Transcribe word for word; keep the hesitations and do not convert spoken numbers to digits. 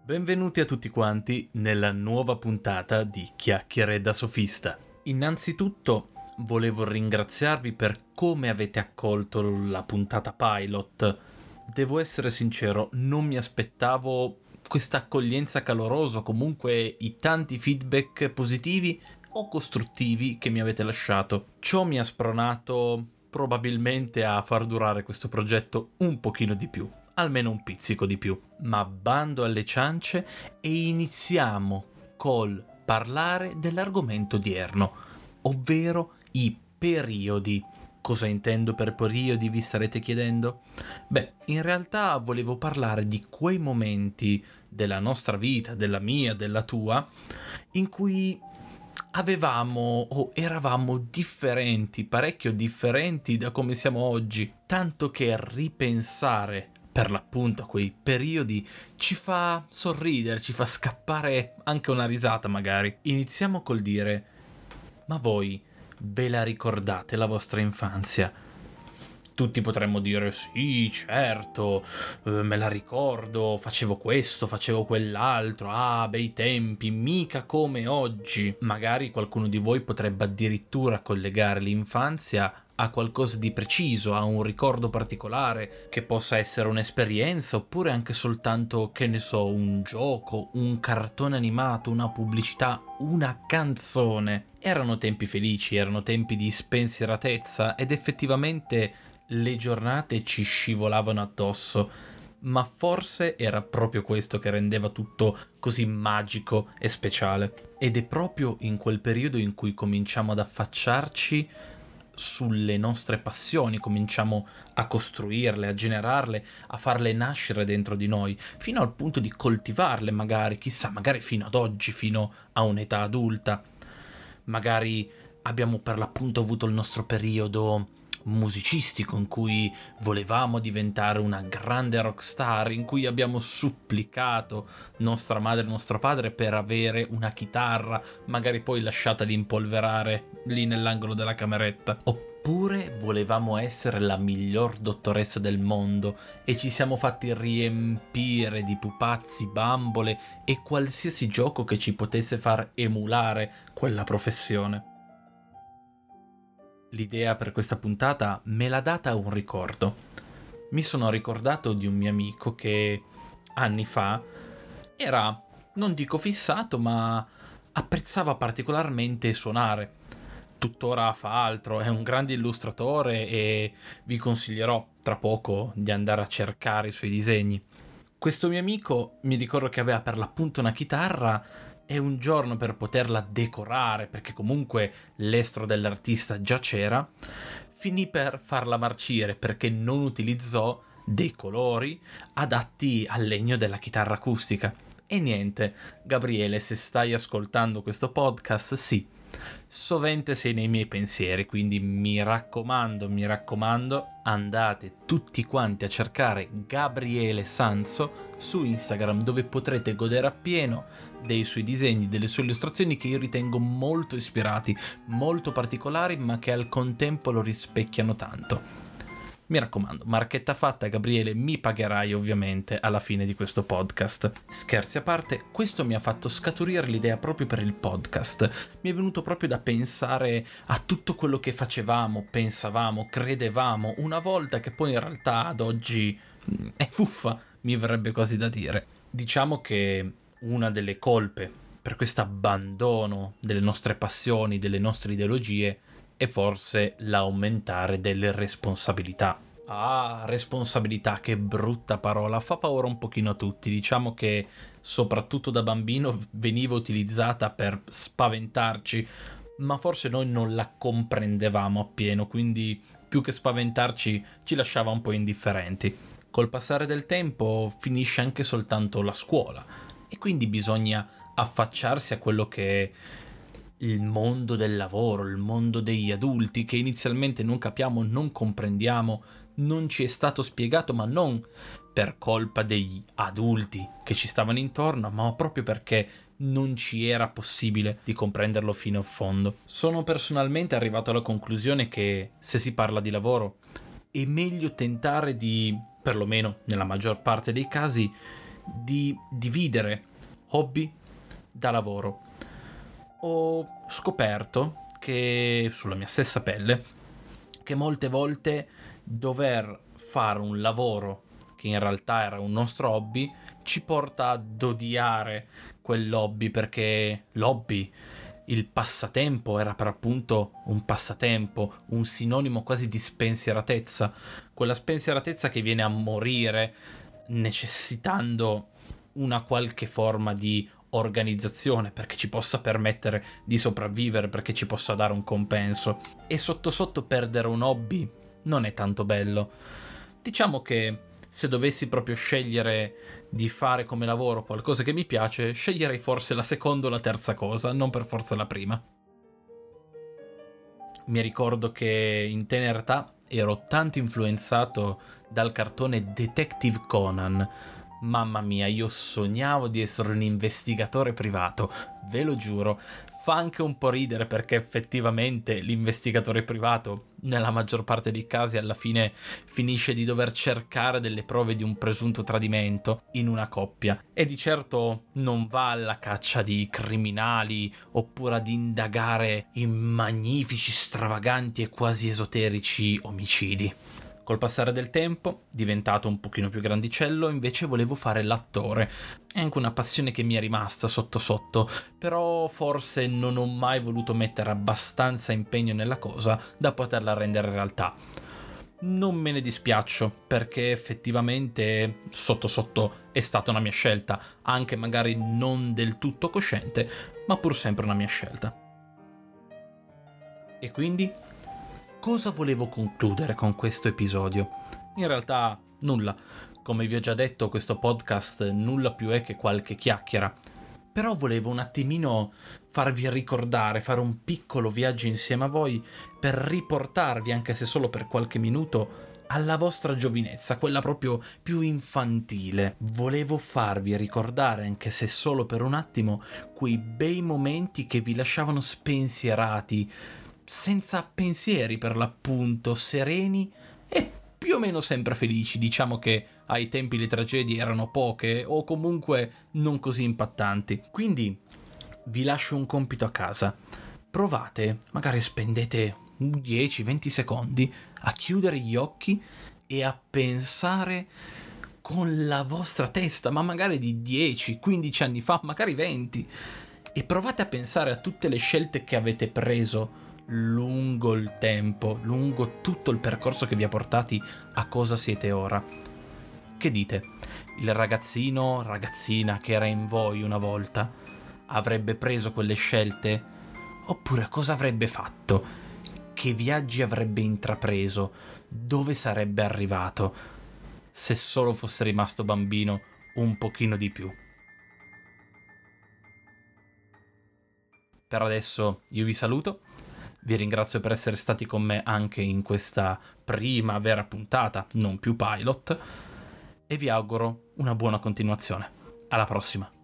Benvenuti a tutti quanti nella nuova puntata di Chiacchiere da Sofista. Innanzitutto volevo ringraziarvi per come avete accolto la puntata pilot. Devo essere sincero, non mi aspettavo questa accoglienza calorosa, comunque i tanti feedback positivi o costruttivi che mi avete lasciato. Ciò mi ha spronato probabilmente a far durare questo progetto un pochino di più. Almeno un pizzico di più. Ma bando alle ciance e iniziamo col parlare dell'argomento odierno, ovvero i periodi. Cosa intendo per periodi, vi starete chiedendo? Beh, in realtà volevo parlare di quei momenti della nostra vita, della mia, della tua, in cui avevamo o eravamo differenti, parecchio differenti da come siamo oggi, tanto che ripensare per l'appunto a quei periodi ci fa sorridere, ci fa scappare anche una risata magari. Iniziamo col dire: ma voi ve la ricordate la vostra infanzia? Tutti potremmo dire sì, certo, eh, me la ricordo, facevo questo, facevo quell'altro, ah, bei tempi, mica come oggi. Magari qualcuno di voi potrebbe addirittura collegare l'infanzia a qualcosa di preciso, a un ricordo particolare, che possa essere un'esperienza oppure anche soltanto, che ne so, un gioco, un cartone animato, una pubblicità, una canzone. Erano tempi felici, erano tempi di spensieratezza ed effettivamente le giornate ci scivolavano addosso, ma forse era proprio questo che rendeva tutto così magico e speciale. Ed è proprio in quel periodo in cui cominciamo ad affacciarci sulle nostre passioni, cominciamo a costruirle, a generarle, a farle nascere dentro di noi, fino al punto di coltivarle magari, chissà, magari fino ad oggi, fino a un'età adulta. Magari abbiamo per l'appunto avuto il nostro periodo musicistico in cui volevamo diventare una grande rockstar, in cui abbiamo supplicato nostra madre e nostro padre per avere una chitarra, magari poi lasciata di impolverare lì nell'angolo della cameretta. Oppure volevamo essere la miglior dottoressa del mondo e ci siamo fatti riempire di pupazzi, bambole e qualsiasi gioco che ci potesse far emulare quella professione. L'idea per questa puntata me l'ha data un ricordo. Mi sono ricordato di un mio amico che anni fa era, non dico fissato, ma apprezzava particolarmente suonare. Tuttora fa altro, è un grande illustratore e vi consiglierò tra poco di andare a cercare i suoi disegni. Questo mio amico mi ricordo che aveva per l'appunto una chitarra e un giorno, per poterla decorare, perché comunque l'estro dell'artista già c'era, finì per farla marcire perché non utilizzò dei colori adatti al legno della chitarra acustica. E niente, Gabriele, se stai ascoltando questo podcast, sì, sovente sei nei miei pensieri, quindi mi raccomando, mi raccomando, andate tutti quanti a cercare Gabriele Sanzo su Instagram, dove potrete godere appieno dei suoi disegni, delle sue illustrazioni che io ritengo molto ispirati, molto particolari, ma che al contempo lo rispecchiano tanto. Mi raccomando, marchetta fatta, Gabriele, mi pagherai ovviamente alla fine di questo podcast. Scherzi a parte, questo mi ha fatto scaturire l'idea proprio per il podcast. Mi è venuto proprio da pensare a tutto quello che facevamo, pensavamo, credevamo una volta, che poi in realtà ad oggi è fuffa, mi verrebbe quasi da dire. Diciamo che una delle colpe per questo abbandono delle nostre passioni, delle nostre ideologie, e forse l'aumentare delle responsabilità. Ah, responsabilità, che brutta parola, fa paura un pochino a tutti. Diciamo che soprattutto da bambino veniva utilizzata per spaventarci, ma forse noi non la comprendevamo appieno, quindi più che spaventarci ci lasciava un po' indifferenti. Col passare del tempo finisce anche soltanto la scuola e quindi bisogna affacciarsi a quello che è il mondo del lavoro, il mondo degli adulti, che inizialmente non capiamo, non comprendiamo, non ci è stato spiegato, ma non per colpa degli adulti che ci stavano intorno, ma proprio perché non ci era possibile di comprenderlo fino a fondo. Sono personalmente arrivato alla conclusione che se si parla di lavoro è meglio tentare di, perlomeno nella maggior parte dei casi, di dividere hobby da lavoro. Ho scoperto che, sulla mia stessa pelle, che molte volte dover fare un lavoro che in realtà era un nostro hobby ci porta ad odiare quell'hobby, perché l'hobby, il passatempo, era per appunto un passatempo, un sinonimo quasi di spensieratezza, quella spensieratezza che viene a morire necessitando una qualche forma di organizzazione perché ci possa permettere di sopravvivere, perché ci possa dare un compenso. E sotto sotto perdere un hobby non è tanto bello. Diciamo che se dovessi proprio scegliere di fare come lavoro qualcosa che mi piace, sceglierei forse la seconda o la terza cosa, non per forza la prima. Mi ricordo che in tenera età ero tanto influenzato dal cartone Detective Conan. Mamma mia, io sognavo di essere un investigatore privato, ve lo giuro. Fa anche un po' ridere perché effettivamente l'investigatore privato, nella maggior parte dei casi, alla fine finisce di dover cercare delle prove di un presunto tradimento in una coppia. E di certo non va alla caccia di criminali oppure ad indagare in magnifici, stravaganti e quasi esoterici omicidi. Col passare del tempo, diventato un pochino più grandicello, invece volevo fare l'attore. È anche una passione che mi è rimasta sotto sotto, però forse non ho mai voluto mettere abbastanza impegno nella cosa da poterla rendere realtà. Non me ne dispiaccio, perché effettivamente sotto sotto è stata una mia scelta, anche magari non del tutto cosciente, ma pur sempre una mia scelta. E quindi cosa volevo concludere con questo episodio? In realtà nulla. Come vi ho già detto, questo podcast nulla più è che qualche chiacchiera. Però volevo un attimino farvi ricordare, fare un piccolo viaggio insieme a voi per riportarvi, anche se solo per qualche minuto, alla vostra giovinezza, quella proprio più infantile. Volevo farvi ricordare, anche se solo per un attimo, quei bei momenti che vi lasciavano spensierati, senza pensieri per l'appunto, sereni e più o meno sempre felici. Diciamo che ai tempi le tragedie erano poche o comunque non così impattanti. Quindi vi lascio un compito a casa. Provate, magari spendete dieci venti secondi a chiudere gli occhi e a pensare con la vostra testa, ma magari di dieci quindici anni fa, magari venti, e provate a pensare a tutte le scelte che avete preso lungo il tempo, lungo tutto il percorso che vi ha portati a cosa siete ora. Che dite? Il ragazzino, ragazzina che era in voi una volta avrebbe preso quelle scelte? Oppure cosa avrebbe fatto? Che viaggi avrebbe intrapreso? Dove sarebbe arrivato? Se solo fosse rimasto bambino un pochino di più. Per adesso io vi saluto. Vi ringrazio per essere stati con me anche in questa prima vera puntata, non più pilot, e vi auguro una buona continuazione. Alla prossima!